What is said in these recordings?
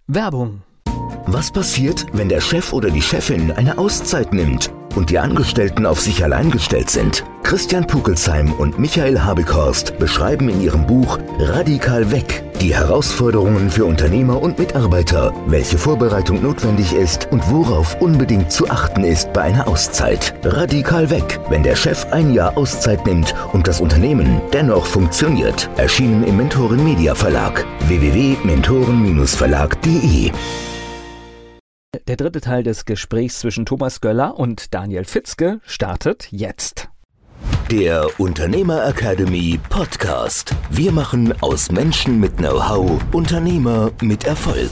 Werbung. Was passiert, wenn der Chef oder die Chefin eine Auszeit nimmt und die Angestellten auf sich allein gestellt sind? Christian Pukelsheim und Michael Habekhorst beschreiben in ihrem Buch Radikal weg die Herausforderungen für Unternehmer und Mitarbeiter, welche Vorbereitung notwendig ist und worauf unbedingt zu achten ist bei einer Auszeit. Radikal weg, wenn der Chef ein Jahr Auszeit nimmt und das Unternehmen dennoch funktioniert. Erschienen im Mentoren Media Verlag. www.mentoren-verlag.de. Der dritte Teil des Gesprächs zwischen Thomas Göller und Daniel Fitzke startet jetzt. Der Unternehmer Academy Podcast. Wir machen aus Menschen mit Know-how Unternehmer mit Erfolg.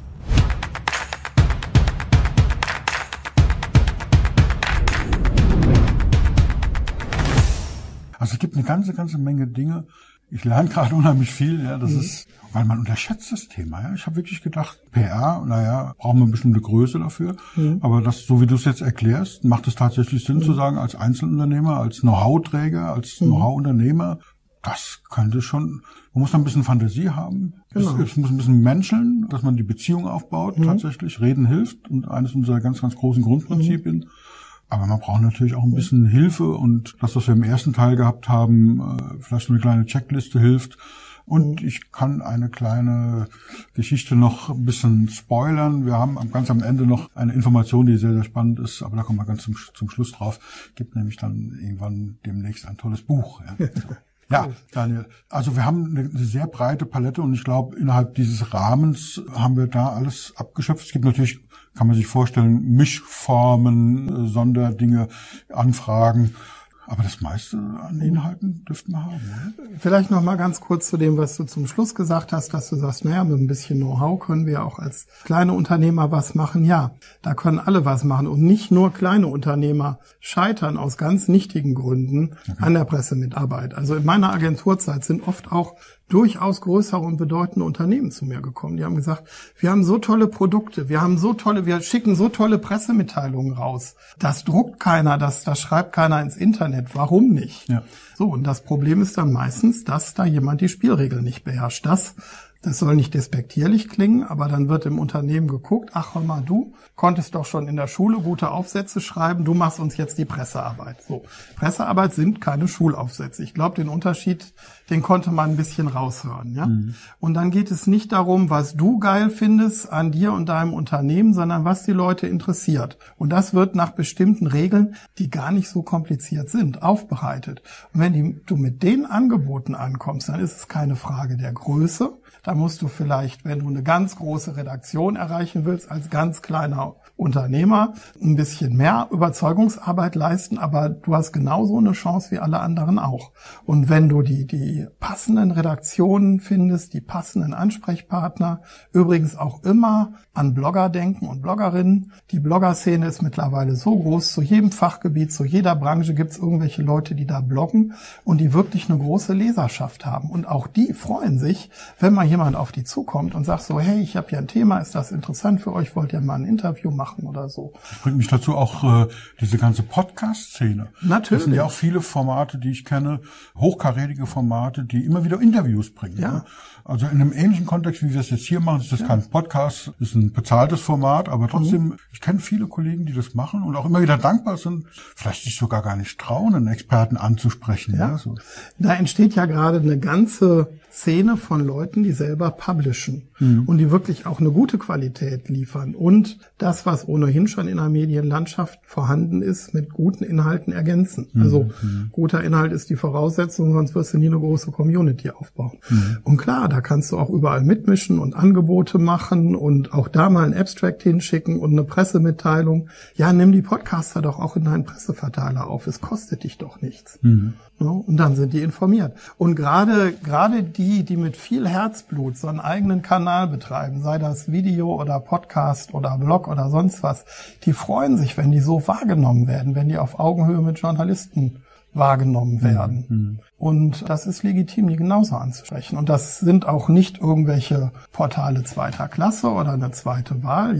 Also es gibt eine ganze Menge Dinge. Ich lerne gerade unheimlich viel, ja, das ist, weil man unterschätzt das Thema, ja. Ich habe wirklich gedacht, PR, brauchen wir eine bestimmte Größe dafür. Aber das, so wie du es jetzt erklärst, macht es tatsächlich Sinn zu sagen, als Einzelunternehmer, als Know-how-Träger, als Know-how-Unternehmer, das könnte schon, man muss da ein bisschen Fantasie haben. Genau. Es muss ein bisschen menscheln, dass man die Beziehung aufbaut, tatsächlich. Reden hilft und eines unserer ganz großen Grundprinzipien. Aber man braucht natürlich auch ein bisschen Hilfe und das, was wir im ersten Teil gehabt haben, vielleicht so eine kleine Checkliste hilft. Und ich kann eine kleine Geschichte noch ein bisschen spoilern. Wir haben ganz am Ende noch eine Information, die sehr spannend ist, aber da kommen wir ganz zum Schluss drauf. Gibt nämlich dann irgendwann demnächst ein tolles Buch. Ja. Ja, Daniel. Also wir haben eine sehr breite Palette und ich glaube, innerhalb dieses Rahmens haben wir da alles abgeschöpft. Es gibt natürlich, kann man sich vorstellen, Mischformen, Sonderdinge, Anfragen. Aber das meiste an Inhalten dürften wir haben. Oder? Vielleicht noch mal ganz kurz zu dem, was du zum Schluss gesagt hast, dass du sagst, naja, mit ein bisschen Know-how können wir auch als kleine Unternehmer was machen. Ja, da können alle was machen. Und nicht nur kleine Unternehmer scheitern aus ganz nichtigen Gründen an der Pressemitarbeit. Also in meiner Agenturzeit sind oft auch durchaus größere und bedeutende Unternehmen zu mir gekommen. Die haben gesagt, wir haben so tolle Produkte, wir schicken so tolle Pressemitteilungen raus. Das druckt keiner, das schreibt keiner ins Internet. Warum nicht? Ja. So, und das Problem ist dann meistens, dass da jemand die Spielregeln nicht beherrscht. Das soll nicht despektierlich klingen, aber dann wird im Unternehmen geguckt, ach hör mal, du konntest doch schon in der Schule gute Aufsätze schreiben, du machst uns jetzt die Pressearbeit. So, Pressearbeit sind keine Schulaufsätze. Ich glaube, den Unterschied, den konnte man ein bisschen raushören. Ja? Und dann geht es nicht darum, was du geil findest an dir und deinem Unternehmen, sondern was die Leute interessiert. Und das wird nach bestimmten Regeln, die gar nicht so kompliziert sind, aufbereitet. Und wenn du mit den Angeboten ankommst, dann ist es keine Frage der Größe. Da musst du vielleicht, wenn du eine ganz große Redaktion erreichen willst, als ganz kleiner Unternehmer ein bisschen mehr Überzeugungsarbeit leisten, aber du hast genauso eine Chance wie alle anderen auch. Und wenn du die passenden Redaktionen findest, die passenden Ansprechpartner, übrigens auch immer an Blogger denken und Bloggerinnen. Die Bloggerszene ist mittlerweile so groß, zu jedem Fachgebiet, zu jeder Branche gibt es irgendwelche Leute, die da bloggen und die wirklich eine große Leserschaft haben. Und auch die freuen sich, wenn mal jemand auf die zukommt und sagt so, hey, ich habe hier ein Thema, ist das interessant für euch, wollt ihr mal ein Interview machen oder so. Das bringt mich dazu auch diese ganze Podcast-Szene. Natürlich. Das sind ja auch viele Formate, die ich kenne, hochkarätige Formate, die immer wieder Interviews bringen. Ja. Ne? Also in einem ähnlichen Kontext, wie wir es jetzt hier machen, ist das kein Podcast, ist ein bezahltes Format, aber trotzdem, ich kenne viele Kollegen, die das machen und auch immer wieder dankbar sind, vielleicht sich sogar gar nicht trauen, einen Experten anzusprechen. Ja. So. Da entsteht ja gerade eine ganze Szene von Leuten, die selber publishen und die wirklich auch eine gute Qualität liefern und das, was ohnehin schon in der Medienlandschaft vorhanden ist, mit guten Inhalten ergänzen. Also guter Inhalt ist die Voraussetzung, sonst wirst du nie eine große Community aufbauen. Und klar, da kannst du auch überall mitmischen und Angebote machen und auch da mal ein Abstract hinschicken und eine Pressemitteilung. Ja, nimm die Podcaster doch auch in deinen Presseverteiler auf. Es kostet dich doch nichts. Ja, und dann sind die informiert. Und gerade die mit viel Herzblut so einen eigenen Kanal betreiben, sei das Video oder Podcast oder Blog oder sonst was, die freuen sich, wenn die so wahrgenommen werden, wenn die auf Augenhöhe mit Journalisten wahrgenommen werden. Und das ist legitim, die genauso anzusprechen. Und das sind auch nicht irgendwelche Portale zweiter Klasse oder eine zweite Wahl, ja,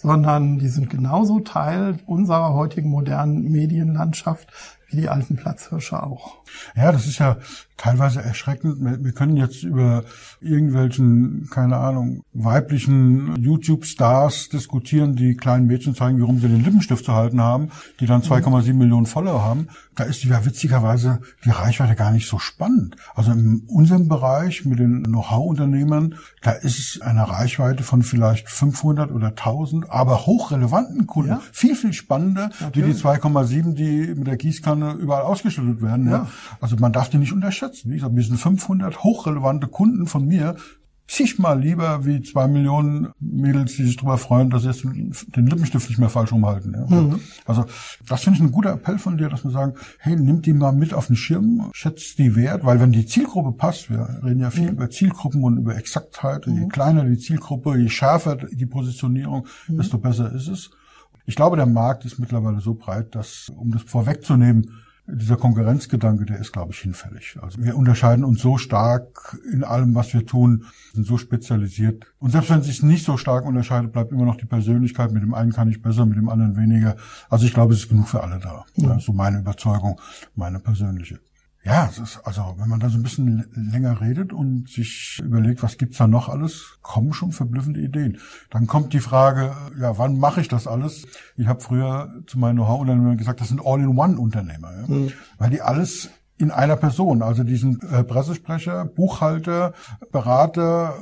sondern die sind genauso Teil unserer heutigen modernen Medienlandschaft wie die alten Platzhirsche auch. Ja, das ist ja teilweise erschreckend. Wir können jetzt über irgendwelchen, keine Ahnung, weiblichen YouTube-Stars diskutieren, die kleinen Mädchen zeigen, wie rum sie den Lippenstift zu halten haben, die dann 2,7 Millionen Follower haben. Da ist ja witzigerweise die Reichweite gar nicht so spannend. Also in unserem Bereich mit den Know-how-Unternehmern, da ist es eine Reichweite von vielleicht 500 oder 1000, aber hochrelevanten Kunden. Ja. Viel, viel spannender, wie die 2,7, die mit der Gießkanne überall ausgeschüttet werden. Ja. Also man darf die nicht unterschätzen. Wie gesagt, wir sind 500 hochrelevante Kunden von mir, zigmal lieber wie 2 Millionen Mädels, die sich darüber freuen, dass sie jetzt den Lippenstift nicht mehr falsch rumhalten. Ja. Also das finde ich ein guter Appell von dir, dass wir sagen, hey, nimm die mal mit auf den Schirm, schätzt die wert, weil wenn die Zielgruppe passt, wir reden ja viel über Zielgruppen und über Exaktheit, und je kleiner die Zielgruppe, je schärfer die Positionierung, desto besser ist es. Ich glaube, der Markt ist mittlerweile so breit, dass, um das vorwegzunehmen, dieser Konkurrenzgedanke, der ist, glaube ich, hinfällig. Also wir unterscheiden uns so stark in allem, was wir tun, sind so spezialisiert. Und selbst wenn es sich nicht so stark unterscheidet, bleibt immer noch die Persönlichkeit. Mit dem einen kann ich besser, mit dem anderen weniger. Also ich glaube, es ist genug für alle da. Ja. So meine Überzeugung, meine persönliche. Ja, es ist, also wenn man da so ein bisschen länger redet und sich überlegt, was gibt's da noch alles, kommen schon verblüffende Ideen. Dann kommt die Frage, ja, wann mache ich das alles? Ich habe früher zu meinen Know-how-Unternehmern gesagt, das sind All-in-One-Unternehmer, ja? Weil die alles in einer Person, also diesen Pressesprecher, Buchhalter, Berater,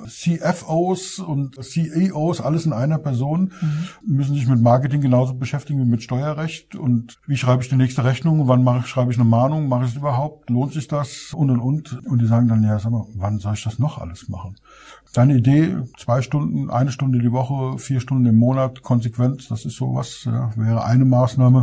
CFOs und CEOs, alles in einer Person, müssen sich mit Marketing genauso beschäftigen wie mit Steuerrecht und wie schreibe ich die nächste Rechnung, wann schreibe ich eine Mahnung, mache ich es überhaupt, lohnt sich das und. Und die sagen dann, ja, sag mal, wann soll ich das noch alles machen? Deine Idee, 2 Stunden, 1 Stunde die Woche, 4 Stunden im Monat, konsequent, das ist sowas, ja, wäre eine Maßnahme.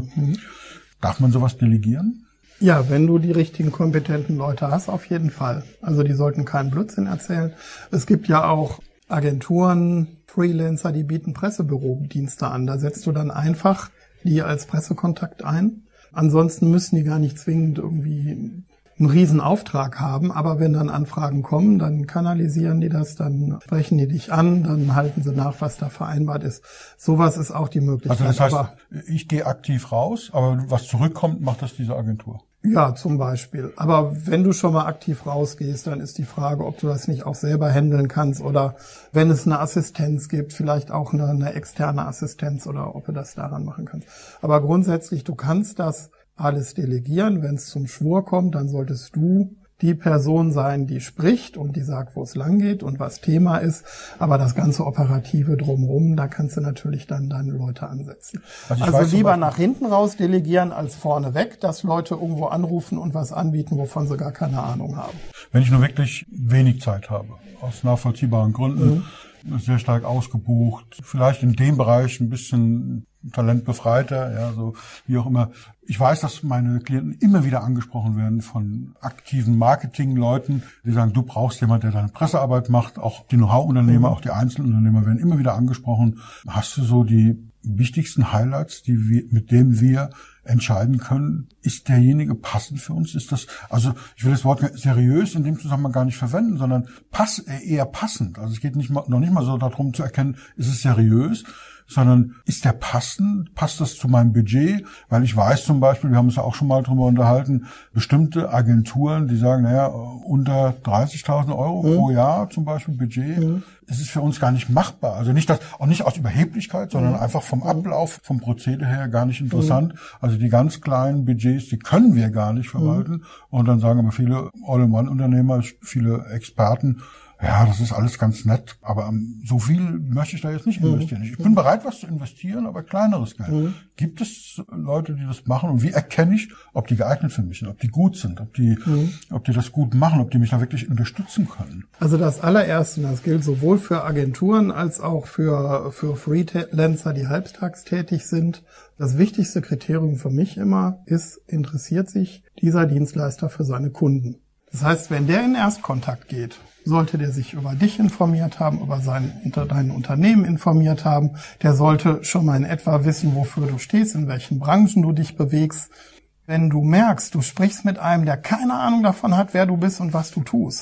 Darf man sowas delegieren? Ja, wenn du die richtigen kompetenten Leute hast, auf jeden Fall. Also die sollten keinen Blödsinn erzählen. Es gibt ja auch Agenturen, Freelancer, die bieten Pressebürodienste an. Da setzt du dann einfach die als Pressekontakt ein. Ansonsten müssen die gar nicht zwingend irgendwie einen Riesenauftrag haben. Aber wenn dann Anfragen kommen, dann kanalisieren die das, dann sprechen die dich an, dann halten sie nach, was da vereinbart ist. Sowas ist auch die Möglichkeit. Also das heißt, ich gehe aktiv raus, aber was zurückkommt, macht das diese Agentur? Ja, zum Beispiel. Aber wenn du schon mal aktiv rausgehst, dann ist die Frage, ob du das nicht auch selber handeln kannst oder wenn es eine Assistenz gibt, vielleicht auch eine externe Assistenz oder ob du das daran machen kannst. Aber grundsätzlich, du kannst das alles delegieren. Wenn es zum Schwur kommt, dann solltest du die Person sein, die spricht und die sagt, wo es lang geht und was Thema ist. Aber das ganze Operative drumherum, da kannst du natürlich dann deine Leute ansetzen. Also lieber nach hinten raus delegieren als vorne weg, dass Leute irgendwo anrufen und was anbieten, wovon sie gar keine Ahnung haben. Wenn ich nur wirklich wenig Zeit habe, aus nachvollziehbaren Gründen, sehr stark ausgebucht, vielleicht in dem Bereich ein bisschen talentbefreiter, ja, so wie auch immer. Ich weiß, dass meine Klienten immer wieder angesprochen werden von aktiven Marketingleuten, die sagen, du brauchst jemanden, der deine Pressearbeit macht. Auch die Know-how-Unternehmer, auch die Einzelunternehmer werden immer wieder angesprochen. Hast du so die wichtigsten Highlights, mit denen wir entscheiden können, ist derjenige passend für uns? Ist das, also ich will das Wort seriös in dem Zusammenhang gar nicht verwenden, sondern eher passend. Also es geht noch nicht mal so darum zu erkennen, ist es seriös, sondern ist der passend? Passt das zu meinem Budget? Weil ich weiß zum Beispiel, wir haben uns ja auch schon mal drüber unterhalten, bestimmte Agenturen, die sagen, naja, unter 30.000 Euro pro Jahr zum Beispiel Budget, ist es für uns gar nicht machbar. Also auch nicht aus Überheblichkeit, sondern einfach vom Ablauf, vom Prozedere her gar nicht interessant. Also die ganz kleinen Budgets, die können wir gar nicht verwalten. Und dann sagen aber viele All-in-One-Unternehmer, viele Experten, ja, das ist alles ganz nett, aber so viel möchte ich da jetzt nicht investieren. Ich bin bereit, was zu investieren, aber kleineres Geld. Gibt es Leute, die das machen? Und wie erkenne ich, ob die geeignet für mich sind, ob die gut sind, ob die das gut machen, ob die mich da wirklich unterstützen können? Also das allererste, das gilt sowohl für Agenturen als auch für Freelancer, die halbtags tätig sind. Das wichtigste Kriterium für mich immer ist, interessiert sich dieser Dienstleister für seine Kunden? Das heißt, wenn der in Erstkontakt geht, sollte der sich über dich informiert haben, über dein Unternehmen informiert haben. Der sollte schon mal in etwa wissen, wofür du stehst, in welchen Branchen du dich bewegst. Wenn du merkst, du sprichst mit einem, der keine Ahnung davon hat, wer du bist und was du tust,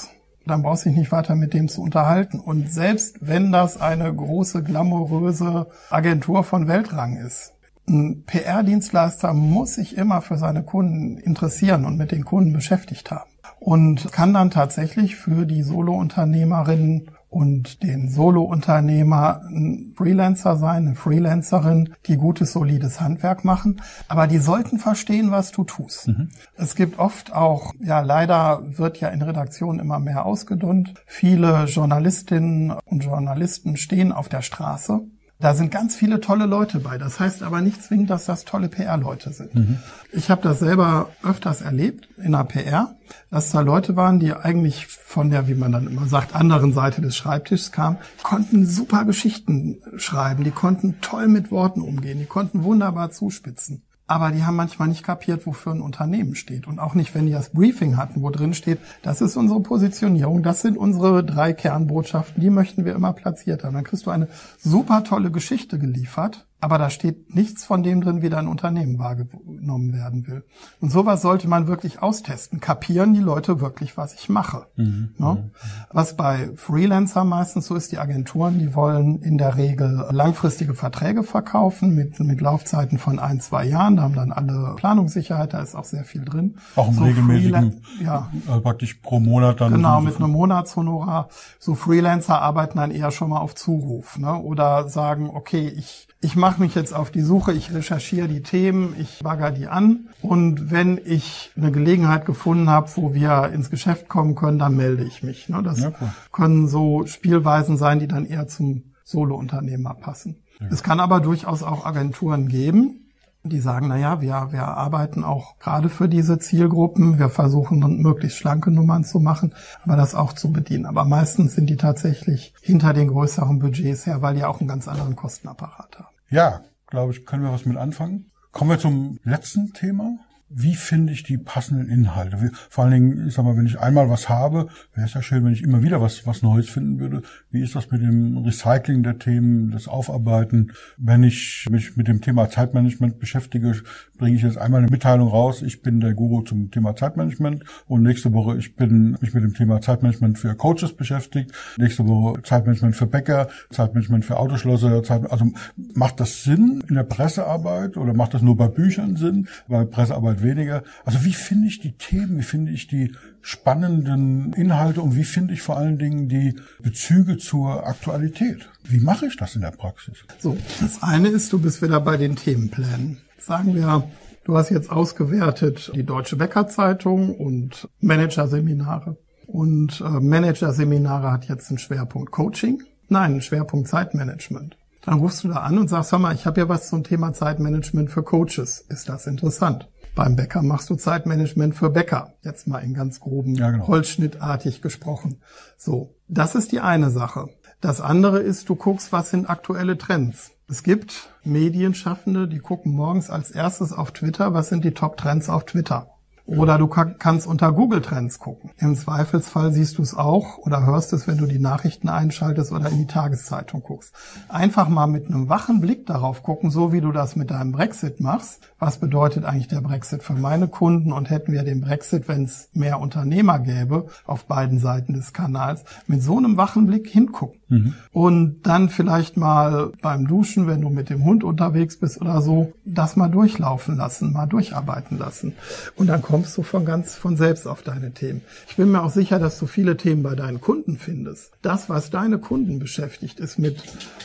dann brauchst du dich nicht weiter mit dem zu unterhalten. Und selbst wenn das eine große, glamouröse Agentur von Weltrang ist, ein PR-Dienstleister muss sich immer für seine Kunden interessieren und mit den Kunden beschäftigt haben. Und kann dann tatsächlich für die Solo-Unternehmerinnen und den Solo-Unternehmer ein Freelancer sein, eine Freelancerin, die gutes, solides Handwerk machen. Aber die sollten verstehen, was du tust. Es gibt oft auch, leider wird ja in Redaktionen immer mehr ausgedünnt. Viele Journalistinnen und Journalisten stehen auf der Straße. Da sind ganz viele tolle Leute bei. Das heißt aber nicht zwingend, dass das tolle PR-Leute sind. Ich habe das selber öfters erlebt in der PR, dass da Leute waren, die eigentlich von der, wie man dann immer sagt, anderen Seite des Schreibtischs kamen, konnten super Geschichten schreiben, die konnten toll mit Worten umgehen, die konnten wunderbar zuspitzen. Aber die haben manchmal nicht kapiert, wofür ein Unternehmen steht. Und auch nicht, wenn die das Briefing hatten, wo drin steht, das ist unsere Positionierung, das sind unsere 3 Kernbotschaften, die möchten wir immer platziert haben. Dann kriegst du eine super tolle Geschichte geliefert, aber da steht nichts von dem drin, wie dein Unternehmen wahrgenommen werden will. Und sowas sollte man wirklich austesten. Kapieren die Leute wirklich, was ich mache? Ne? Was bei Freelancer meistens so ist, die Agenturen, die wollen in der Regel langfristige Verträge verkaufen mit Laufzeiten von 1-2 Jahren. Da haben dann alle Planungssicherheit, da ist auch sehr viel drin. Auch im regelmäßigen, praktisch pro Monat dann. Genau, mit einem Monatshonorar. So Freelancer arbeiten dann eher schon mal auf Zuruf, ne? Oder sagen, okay, ich mache mich jetzt auf die Suche, ich recherchiere die Themen, ich bagger die an und wenn ich eine Gelegenheit gefunden habe, wo wir ins Geschäft kommen können, dann melde ich mich. Ne? Das können so Spielweisen sein, die dann eher zum Solo-Unternehmer passen. Es kann aber durchaus auch Agenturen geben, die sagen, wir arbeiten auch gerade für diese Zielgruppen, wir versuchen möglichst schlanke Nummern zu machen, aber das auch zu bedienen. Aber meistens sind die tatsächlich hinter den größeren Budgets her, weil die auch einen ganz anderen Kostenapparat haben. Ja, glaube ich, können wir was mit anfangen. Kommen wir zum letzten Thema. Wie finde ich die passenden Inhalte? Vor allen Dingen, ich sag mal, wenn ich einmal was habe, wäre es ja schön, wenn ich immer wieder was Neues finden würde. Wie ist das mit dem Recycling der Themen, das Aufarbeiten? Wenn ich mich mit dem Thema Zeitmanagement beschäftige, bringe ich jetzt einmal eine Mitteilung raus, ich bin der Guru zum Thema Zeitmanagement und nächste Woche, ich bin mich mit dem Thema Zeitmanagement für Coaches beschäftigt, nächste Woche Zeitmanagement für Bäcker, Zeitmanagement für Autoschlosser, also macht das Sinn in der Pressearbeit oder macht das nur bei Büchern Sinn, bei Pressearbeit weniger? Also wie finde ich die Themen, wie finde ich die spannenden Inhalte und wie finde ich vor allen Dingen die Bezüge zur Aktualität? Wie mache ich das in der Praxis? So, das eine ist, du bist wieder bei den Themenplänen. Sagen wir, du hast jetzt ausgewertet die Deutsche Bäckerzeitung und Managerseminare. Und Managerseminare hat jetzt einen Schwerpunkt Coaching, einen Schwerpunkt Zeitmanagement. Dann rufst du da an und sagst, hör mal, ich habe ja was zum Thema Zeitmanagement für Coaches. Ist das interessant? Beim Bäcker machst du Zeitmanagement für Bäcker. Jetzt mal in ganz groben, holzschnittartig gesprochen. So, das ist die eine Sache. Das andere ist, du guckst, was sind aktuelle Trends. Es gibt Medienschaffende, die gucken morgens als erstes auf Twitter, was sind die Top-Trends auf Twitter. Oder du kannst unter Google Trends gucken. Im Zweifelsfall siehst du es auch oder hörst es, wenn du die Nachrichten einschaltest oder in die Tageszeitung guckst. Einfach mal mit einem wachen Blick darauf gucken, so wie du das mit deinem Brexit machst. Was bedeutet eigentlich der Brexit für meine Kunden? Und hätten wir den Brexit, wenn es mehr Unternehmer gäbe, auf beiden Seiten des Kanals, mit so einem wachen Blick hingucken. Und dann vielleicht mal beim Duschen, wenn du mit dem Hund unterwegs bist oder so, das mal durchlaufen lassen, mal durcharbeiten lassen. Und dann kommst du von selbst auf deine Themen. Ich bin mir auch sicher, dass du viele Themen bei deinen Kunden findest. Das, was deine Kunden beschäftigt, ist mit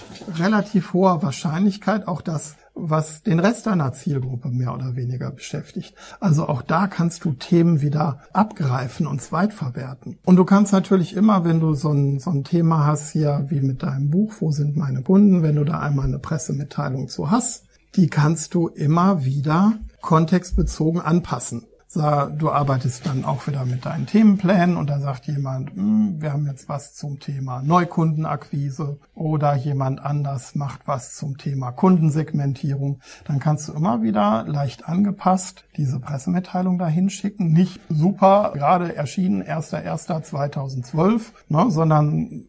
relativ hoher Wahrscheinlichkeit auch das, was den Rest deiner Zielgruppe mehr oder weniger beschäftigt. Also auch da kannst du Themen wieder abgreifen und zweitverwerten. Und du kannst natürlich immer, wenn du so ein Thema hast hier, wie mit deinem Buch, wo sind meine Kunden, wenn du da einmal eine Pressemitteilung zu hast, die kannst du immer wieder kontextbezogen anpassen. Du arbeitest dann auch wieder mit deinen Themenplänen und da sagt jemand, wir haben jetzt was zum Thema Neukundenakquise oder jemand anders macht was zum Thema Kundensegmentierung. Dann kannst du immer wieder leicht angepasst diese Pressemitteilung dahin schicken. Nicht super, gerade erschienen 1.1.2012, sondern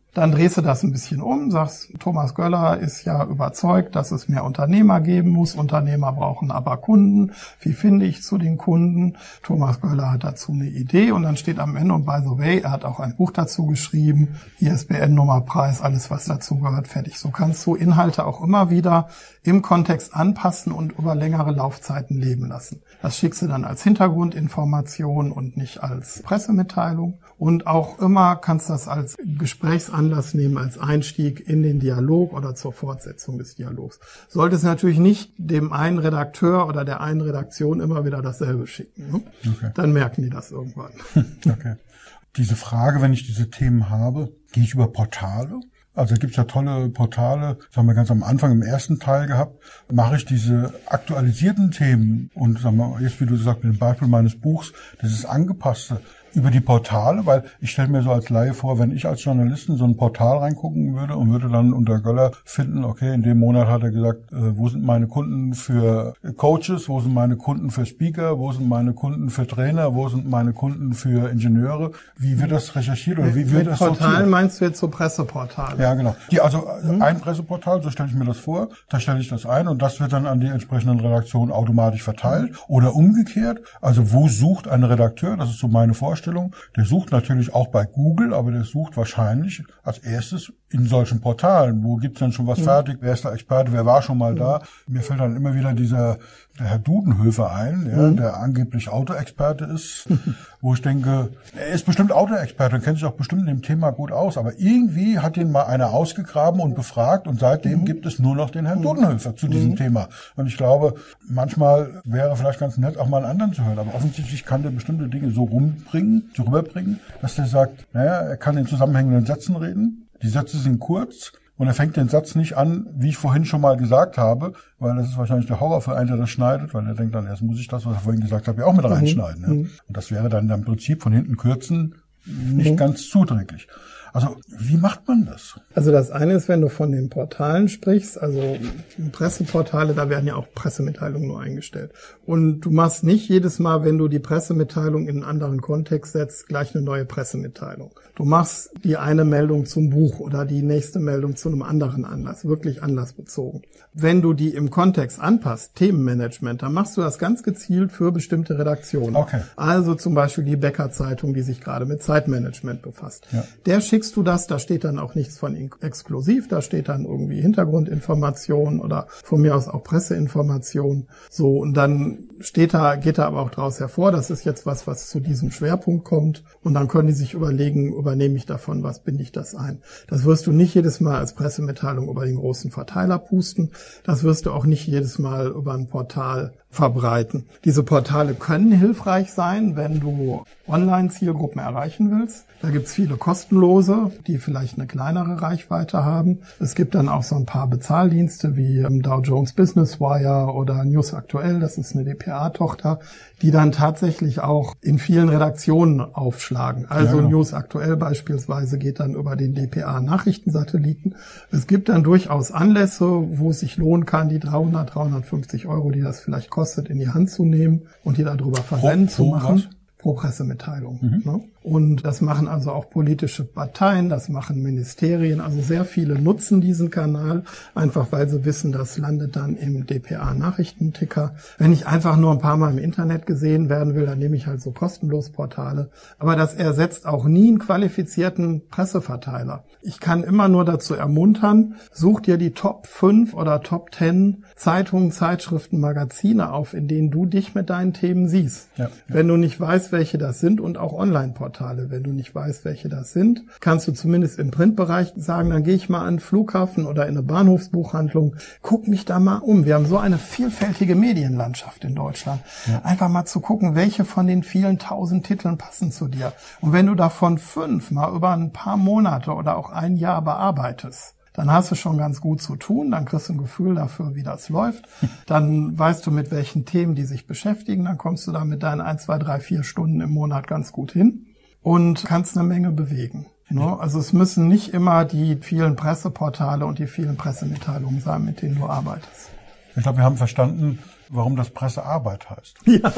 Dann drehst du das ein bisschen um, sagst, Thomas Göller ist ja überzeugt, dass es mehr Unternehmer geben muss. Unternehmer brauchen aber Kunden. Wie finde ich zu den Kunden? Thomas Göller hat dazu eine Idee und dann steht am Ende, und by the way, er hat auch ein Buch dazu geschrieben, ISBN-Nummer, Preis, alles was dazu gehört, fertig. So kannst du Inhalte auch immer wieder im Kontext anpassen und über längere Laufzeiten leben lassen. Das schickst du dann als Hintergrundinformation und nicht als Pressemitteilung. Und auch immer kannst du das als Gesprächsanlass nehmen, als Einstieg in den Dialog oder zur Fortsetzung des Dialogs. Solltest natürlich nicht dem einen Redakteur oder der einen Redaktion immer wieder dasselbe schicken. Ne? Okay. Dann merken die das irgendwann. Okay. Diese Frage, wenn ich diese Themen habe, gehe ich über Portale? Also gibt's ja tolle Portale, das haben wir ganz am Anfang im ersten Teil gehabt, mache ich diese aktualisierten Themen und sagen wir jetzt, wie du sagst, mit dem Beispiel meines Buchs, das ist angepasste über die Portale, weil ich stelle mir so als Laie vor, wenn ich als Journalist in so ein Portal reingucken würde und würde dann unter Göller finden, okay, in dem Monat hat er gesagt, wo sind meine Kunden für Coaches, wo sind meine Kunden für Speaker, wo sind meine Kunden für Trainer, wo sind meine Kunden für Ingenieure, wie wird das recherchiert oder wie wird das sortiert? Mit Portalen meinst du jetzt so Presseportale? Ja, genau. Ein Presseportal, so stelle ich mir das vor, da stelle ich das ein und das wird dann an die entsprechenden Redaktionen automatisch verteilt oder umgekehrt, also wo sucht ein Redakteur, das ist so meine Vorstellung, der sucht natürlich auch bei Google, aber der sucht wahrscheinlich als erstes in solchen Portalen. Wo gibt's denn schon was fertig? Wer ist der Experte? Wer war schon mal da? Mir fällt dann immer wieder der Herr Dudenhöfer ein, der angeblich Autoexperte ist, wo ich denke, er ist bestimmt Autoexperte und kennt sich auch bestimmt in dem Thema gut aus, aber irgendwie hat ihn mal einer ausgegraben und befragt und seitdem gibt es nur noch den Herrn Dudenhöfer zu diesem Thema. Und ich glaube, manchmal wäre vielleicht ganz nett, auch mal einen anderen zu hören, aber offensichtlich kann der bestimmte Dinge so rüberbringen, dass der sagt, er kann in zusammenhängenden Sätzen reden, die Sätze sind kurz, und er fängt den Satz nicht an, wie ich vorhin schon mal gesagt habe, weil das ist wahrscheinlich der Horror für einen, der das schneidet, weil er denkt dann, erst muss ich das, was er vorhin gesagt habe, ja auch mit reinschneiden. Ja. Und das wäre dann im Prinzip von hinten kürzen nicht ganz zuträglich. Also wie macht man das? Also das eine ist, wenn du von den Portalen sprichst, also Presseportale, da werden ja auch Pressemitteilungen nur eingestellt. Und du machst nicht jedes Mal, wenn du die Pressemitteilung in einen anderen Kontext setzt, gleich eine neue Pressemitteilung. Du machst die eine Meldung zum Buch oder die nächste Meldung zu einem anderen Anlass, wirklich anlassbezogen. Wenn du die im Kontext anpasst, Themenmanagement, dann machst du das ganz gezielt für bestimmte Redaktionen. Okay. Also zum Beispiel die Bäcker-Zeitung, die sich gerade mit Zeitmanagement befasst. Ja. Der schickst du das, da steht dann auch nichts von exklusiv, da steht dann irgendwie Hintergrundinformation oder von mir aus auch Presseinformation. So, und dann geht da aber auch daraus hervor, das ist jetzt was zu diesem Schwerpunkt kommt. Und dann können die sich überlegen, übernehme ich davon, was binde ich das ein. Das wirst du nicht jedes Mal als Pressemitteilung über den großen Verteiler pusten. Das wirst du auch nicht jedes Mal über ein Portal verbreiten. Diese Portale können hilfreich sein, wenn du Online-Zielgruppen erreichen willst. Da gibt's viele kostenlose, die vielleicht eine kleinere Reichweite haben. Es gibt dann auch so ein paar Bezahldienste wie Dow Jones Business Wire oder News Aktuell, das ist eine dpa-Tochter, die dann tatsächlich auch in vielen Redaktionen aufschlagen. Also ja, genau. News Aktuell beispielsweise geht dann über den dpa-Nachrichtensatelliten. Es gibt dann durchaus Anlässe, wo es sich lohnen kann, die 350 €, die das vielleicht kostet, in die Hand zu nehmen und die darüber versenden zu machen. Pro Pressemitteilung. Ne? Und das machen also auch politische Parteien, das machen Ministerien, also sehr viele nutzen diesen Kanal, einfach weil sie wissen, das landet dann im dpa-Nachrichtenticker. Wenn ich einfach nur ein paar Mal im Internet gesehen werden will, dann nehme ich halt so kostenlos Portale. Aber das ersetzt auch nie einen qualifizierten Presseverteiler. Ich kann immer nur dazu ermuntern, such dir die Top 5 oder Top 10 Zeitungen, Zeitschriften, Magazine auf, in denen du dich mit deinen Themen siehst. Ja. Wenn du nicht weißt, welche das sind, und auch Online-Portale. Wenn du nicht weißt, welche das sind, kannst du zumindest im Printbereich sagen, dann gehe ich mal an den Flughafen oder in eine Bahnhofsbuchhandlung, guck mich da mal um. Wir haben so eine vielfältige Medienlandschaft in Deutschland. Ja. Einfach mal zu gucken, welche von den vielen 1000 Titeln passen zu dir. Und wenn du davon 5 mal über ein paar Monate oder auch ein Jahr bearbeitest, dann hast du schon ganz gut zu tun, dann kriegst du ein Gefühl dafür, wie das läuft. Dann weißt du, mit welchen Themen die sich beschäftigen, dann kommst du da mit deinen 1, 2, 3, 4 Stunden im Monat ganz gut hin und kannst eine Menge bewegen. Ne? Also es müssen nicht immer die vielen Presseportale und die vielen Pressemitteilungen sein, mit denen du arbeitest. Ich glaube, wir haben verstanden, warum das Pressearbeit heißt. Ja.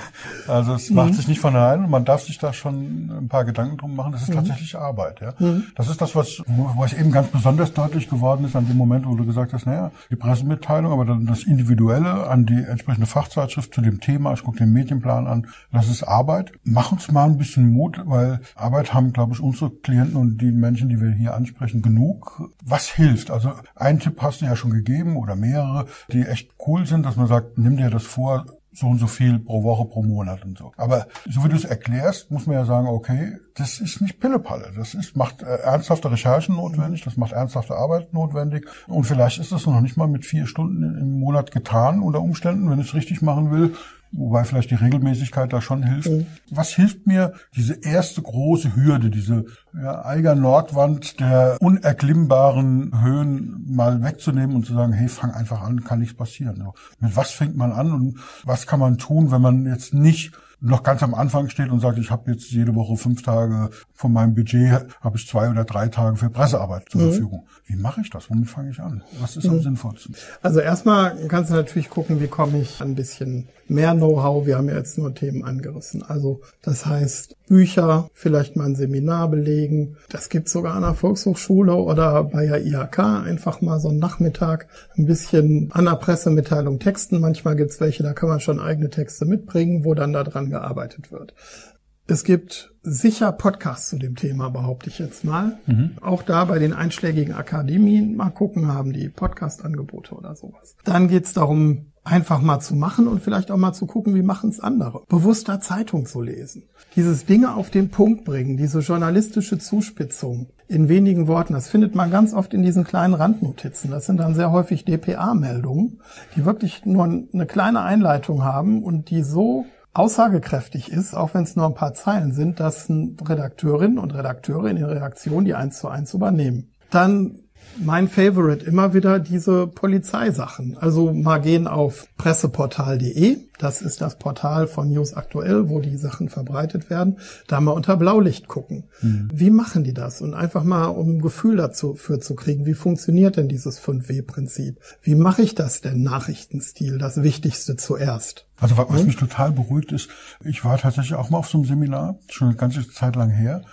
Also es macht sich nicht von allein und man darf sich da schon ein paar Gedanken drum machen. Das ist tatsächlich Arbeit. Ja. Das ist das, was eben ganz besonders deutlich geworden ist an dem Moment, wo du gesagt hast, naja, die Pressemitteilung, aber dann das Individuelle an die entsprechende Fachzeitschrift zu dem Thema, ich gucke den Medienplan an, das ist Arbeit. Mach uns mal ein bisschen Mut, weil Arbeit haben, glaube ich, unsere Klienten und die Menschen, die wir hier ansprechen, genug. Was hilft? Also einen Tipp hast du ja schon gegeben oder mehrere, die echt cool sind, dass man sagt, nimm dir das vor, so und so viel pro Woche, pro Monat und so. Aber so wie du es erklärst, muss man ja sagen, okay, das ist nicht Pillepalle. Macht ernsthafte Recherchen notwendig, das macht ernsthafte Arbeit notwendig. Und vielleicht ist das noch nicht mal mit 4 Stunden im Monat getan unter Umständen, wenn ich es richtig machen will. Wobei vielleicht die Regelmäßigkeit da schon hilft. Was hilft mir, diese erste große Hürde, diese Eiger Nordwand der unerklimmbaren Höhen mal wegzunehmen und zu sagen, hey, fang einfach an, kann nichts passieren. Mit was fängt man an und was kann man tun, wenn man jetzt nicht noch ganz am Anfang steht und sagt, ich habe jetzt jede Woche 5 Tage von meinem Budget, habe ich 2 oder 3 Tage für Pressearbeit zur Verfügung. Wie mache ich das? Womit fange ich an? Was ist am sinnvollsten? Also erstmal kannst du natürlich gucken, wie komme ich an ein bisschen mehr Know-how. Wir haben ja jetzt nur Themen angerissen. Also das heißt Bücher, vielleicht mal ein Seminar belegen. Das gibt's sogar an der Volkshochschule oder bei der IHK. Einfach mal so einen Nachmittag ein bisschen an der Pressemitteilung texten. Manchmal gibt's welche, da kann man schon eigene Texte mitbringen, wo dann da dran gearbeitet wird. Es gibt sicher Podcasts zu dem Thema, behaupte ich jetzt mal. Auch da bei den einschlägigen Akademien mal gucken, haben die Podcast-Angebote oder sowas. Dann geht's darum, einfach mal zu machen und vielleicht auch mal zu gucken, wie machen es andere. Bewusster Zeitung zu lesen. Dieses Dinge auf den Punkt bringen, diese journalistische Zuspitzung in wenigen Worten, das findet man ganz oft in diesen kleinen Randnotizen. Das sind dann sehr häufig DPA-Meldungen, die wirklich nur eine kleine Einleitung haben und die so aussagekräftig ist, auch wenn es nur ein paar Zeilen sind, dass Redakteurinnen und Redakteure in den Redaktionen die 1:1 übernehmen. Dann mein Favorite immer wieder diese Polizeisachen. Also mal gehen auf presseportal.de. Das ist das Portal von News Aktuell, wo die Sachen verbreitet werden. Da mal unter Blaulicht gucken. Wie machen die das? Und einfach mal, um ein Gefühl dafür zu kriegen, wie funktioniert denn dieses 5W-Prinzip? Wie mache ich das denn? Nachrichtenstil, das Wichtigste zuerst. Also was mich total beruhigt ist, ich war tatsächlich auch mal auf so einem Seminar, schon eine ganze Zeit lang her.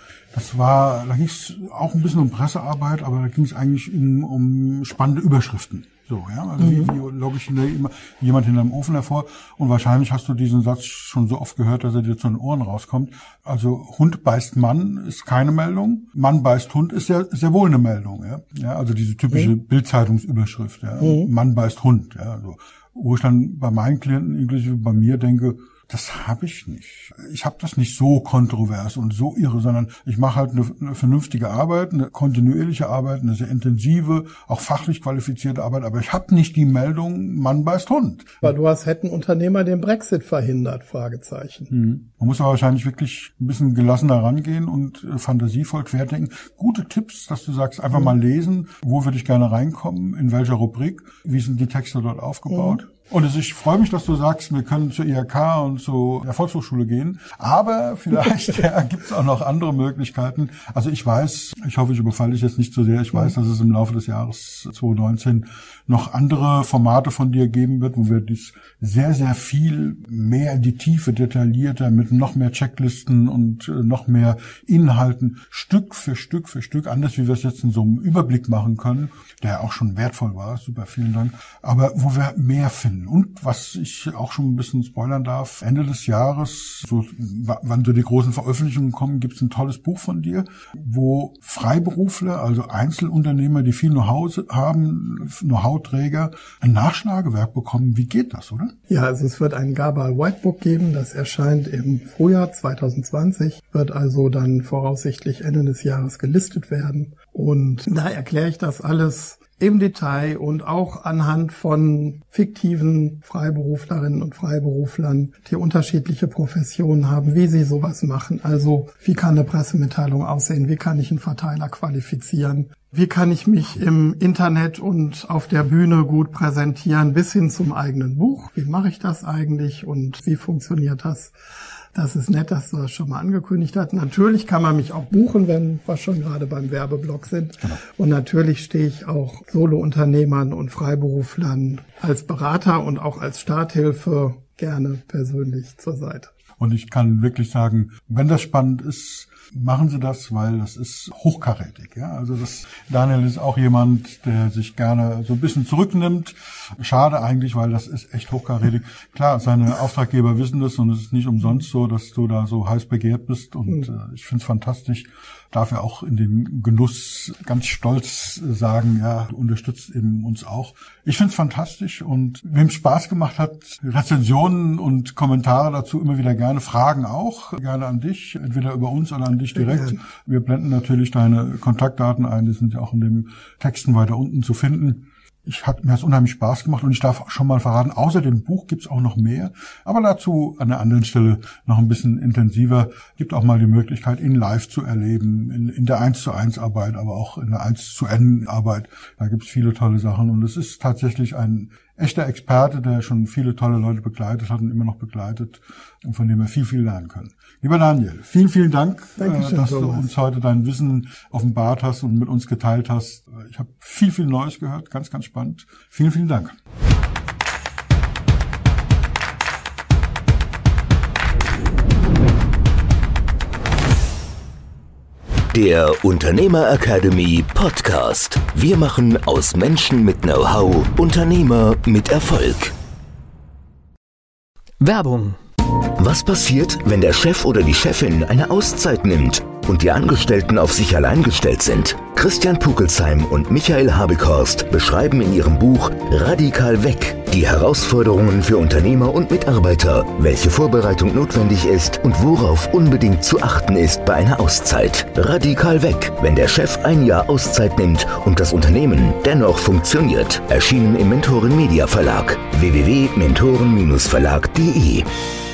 Da ging es auch ein bisschen um Pressearbeit, aber da ging es eigentlich um spannende Überschriften. So, ja, also wie logge ich jemand hinterm Ofen hervor? Und wahrscheinlich hast du diesen Satz schon so oft gehört, dass er dir zu den Ohren rauskommt. Also Hund beißt Mann ist keine Meldung, Mann beißt Hund ist sehr wohl eine Meldung. Ja, also diese typische Bild-Zeitungsüberschrift. Ja, Mann beißt Hund. Ja, also, wo ich dann bei meinen Klienten, inklusive bei mir, denke, das habe ich nicht. Ich habe das nicht so kontrovers und so irre, sondern ich mache halt eine vernünftige Arbeit, eine kontinuierliche Arbeit, eine sehr intensive, auch fachlich qualifizierte Arbeit. Aber ich habe nicht die Meldung, Mann beißt Hund. Aber hätten Unternehmer den Brexit verhindert? Fragezeichen. Man muss aber wahrscheinlich wirklich ein bisschen gelassener rangehen und fantasievoll querdenken. Gute Tipps, dass du sagst, einfach mal lesen, wo würde ich gerne reinkommen, in welcher Rubrik, wie sind die Texte dort aufgebaut. Und ich freue mich, dass du sagst, wir können zur IHK und zur Volkshochschule gehen. Aber vielleicht gibt es auch noch andere Möglichkeiten. Also ich weiß, ich hoffe, ich überfalle dich jetzt nicht zu sehr. Ich weiß, dass es im Laufe des Jahres 2019 noch andere Formate von dir geben wird, wo wir dies sehr, sehr viel mehr in die Tiefe detaillierter mit noch mehr Checklisten und noch mehr Inhalten Stück für Stück, anders wie wir es jetzt in so einem Überblick machen können, der auch schon wertvoll war. Super, vielen Dank. Aber wo wir mehr finden. Und was ich auch schon ein bisschen spoilern darf, Ende des Jahres, so wann so die großen Veröffentlichungen kommen, gibt es ein tolles Buch von dir, wo Freiberufler, also Einzelunternehmer, die viel Know-how haben, Know-how-Träger, ein Nachschlagewerk bekommen. Wie geht das, oder? Ja, also es wird ein Gabal Whitebook geben, das erscheint im Frühjahr 2020, wird also dann voraussichtlich Ende des Jahres gelistet werden. Und da erkläre ich das alles im Detail und auch anhand von fiktiven Freiberuflerinnen und Freiberuflern, die unterschiedliche Professionen haben, wie sie sowas machen. Also wie kann eine Pressemitteilung aussehen? Wie kann ich einen Verteiler qualifizieren? Wie kann ich mich im Internet und auf der Bühne gut präsentieren, bis hin zum eigenen Buch? Wie mache ich das eigentlich und wie funktioniert das? Das ist nett, dass du das schon mal angekündigt hast. Natürlich kann man mich auch buchen, wenn wir schon gerade beim Werbeblock sind. Genau. Und natürlich stehe ich auch Solounternehmern und Freiberuflern als Berater und auch als Starthilfe gerne persönlich zur Seite. Und ich kann wirklich sagen, wenn das spannend ist, machen Sie das, weil das ist hochkarätig. Ja? Also Daniel ist auch jemand, der sich gerne so ein bisschen zurücknimmt. Schade eigentlich, weil das ist echt hochkarätig. Klar, seine Auftraggeber wissen das und es ist nicht umsonst so, dass du da so heiß begehrt bist. Und ich finde es fantastisch. Darf ja auch in den Genuss ganz stolz sagen, ja, du unterstützt eben uns auch. Ich finde es fantastisch und wem es Spaß gemacht hat, Rezensionen und Kommentare dazu immer wieder gerne, Fragen auch, gerne an dich, entweder über uns oder an dich direkt. Wir blenden natürlich deine Kontaktdaten ein, die sind ja auch in den Texten weiter unten zu finden. Mir hat es unheimlich Spaß gemacht und ich darf schon mal verraten, außer dem Buch gibt's auch noch mehr, aber dazu an der anderen Stelle noch ein bisschen intensiver. Gibt auch mal die Möglichkeit, ihn live zu erleben, in der 1:1 Arbeit, aber auch in der 1:N Arbeit. Da gibt's viele tolle Sachen und es ist tatsächlich ein echter Experte, der schon viele tolle Leute begleitet hat und immer noch begleitet und von dem wir viel, viel lernen können. Lieber Daniel, vielen, vielen Dank, dass du uns heute dein Wissen offenbart hast und mit uns geteilt hast. Ich habe viel, viel Neues gehört, ganz, ganz spannend. Vielen, vielen Dank. Der Unternehmer Academy Podcast. Wir machen aus Menschen mit Know-how Unternehmer mit Erfolg. Werbung. Was passiert, wenn der Chef oder die Chefin eine Auszeit nimmt und die Angestellten auf sich allein gestellt sind? Christian Pukelsheim und Michael Habekhorst beschreiben in ihrem Buch Radikal weg die Herausforderungen für Unternehmer und Mitarbeiter, welche Vorbereitung notwendig ist und worauf unbedingt zu achten ist bei einer Auszeit. Radikal weg, wenn der Chef ein Jahr Auszeit nimmt und das Unternehmen dennoch funktioniert. Erschienen im Mentoren Media Verlag. www.mentoren-verlag.de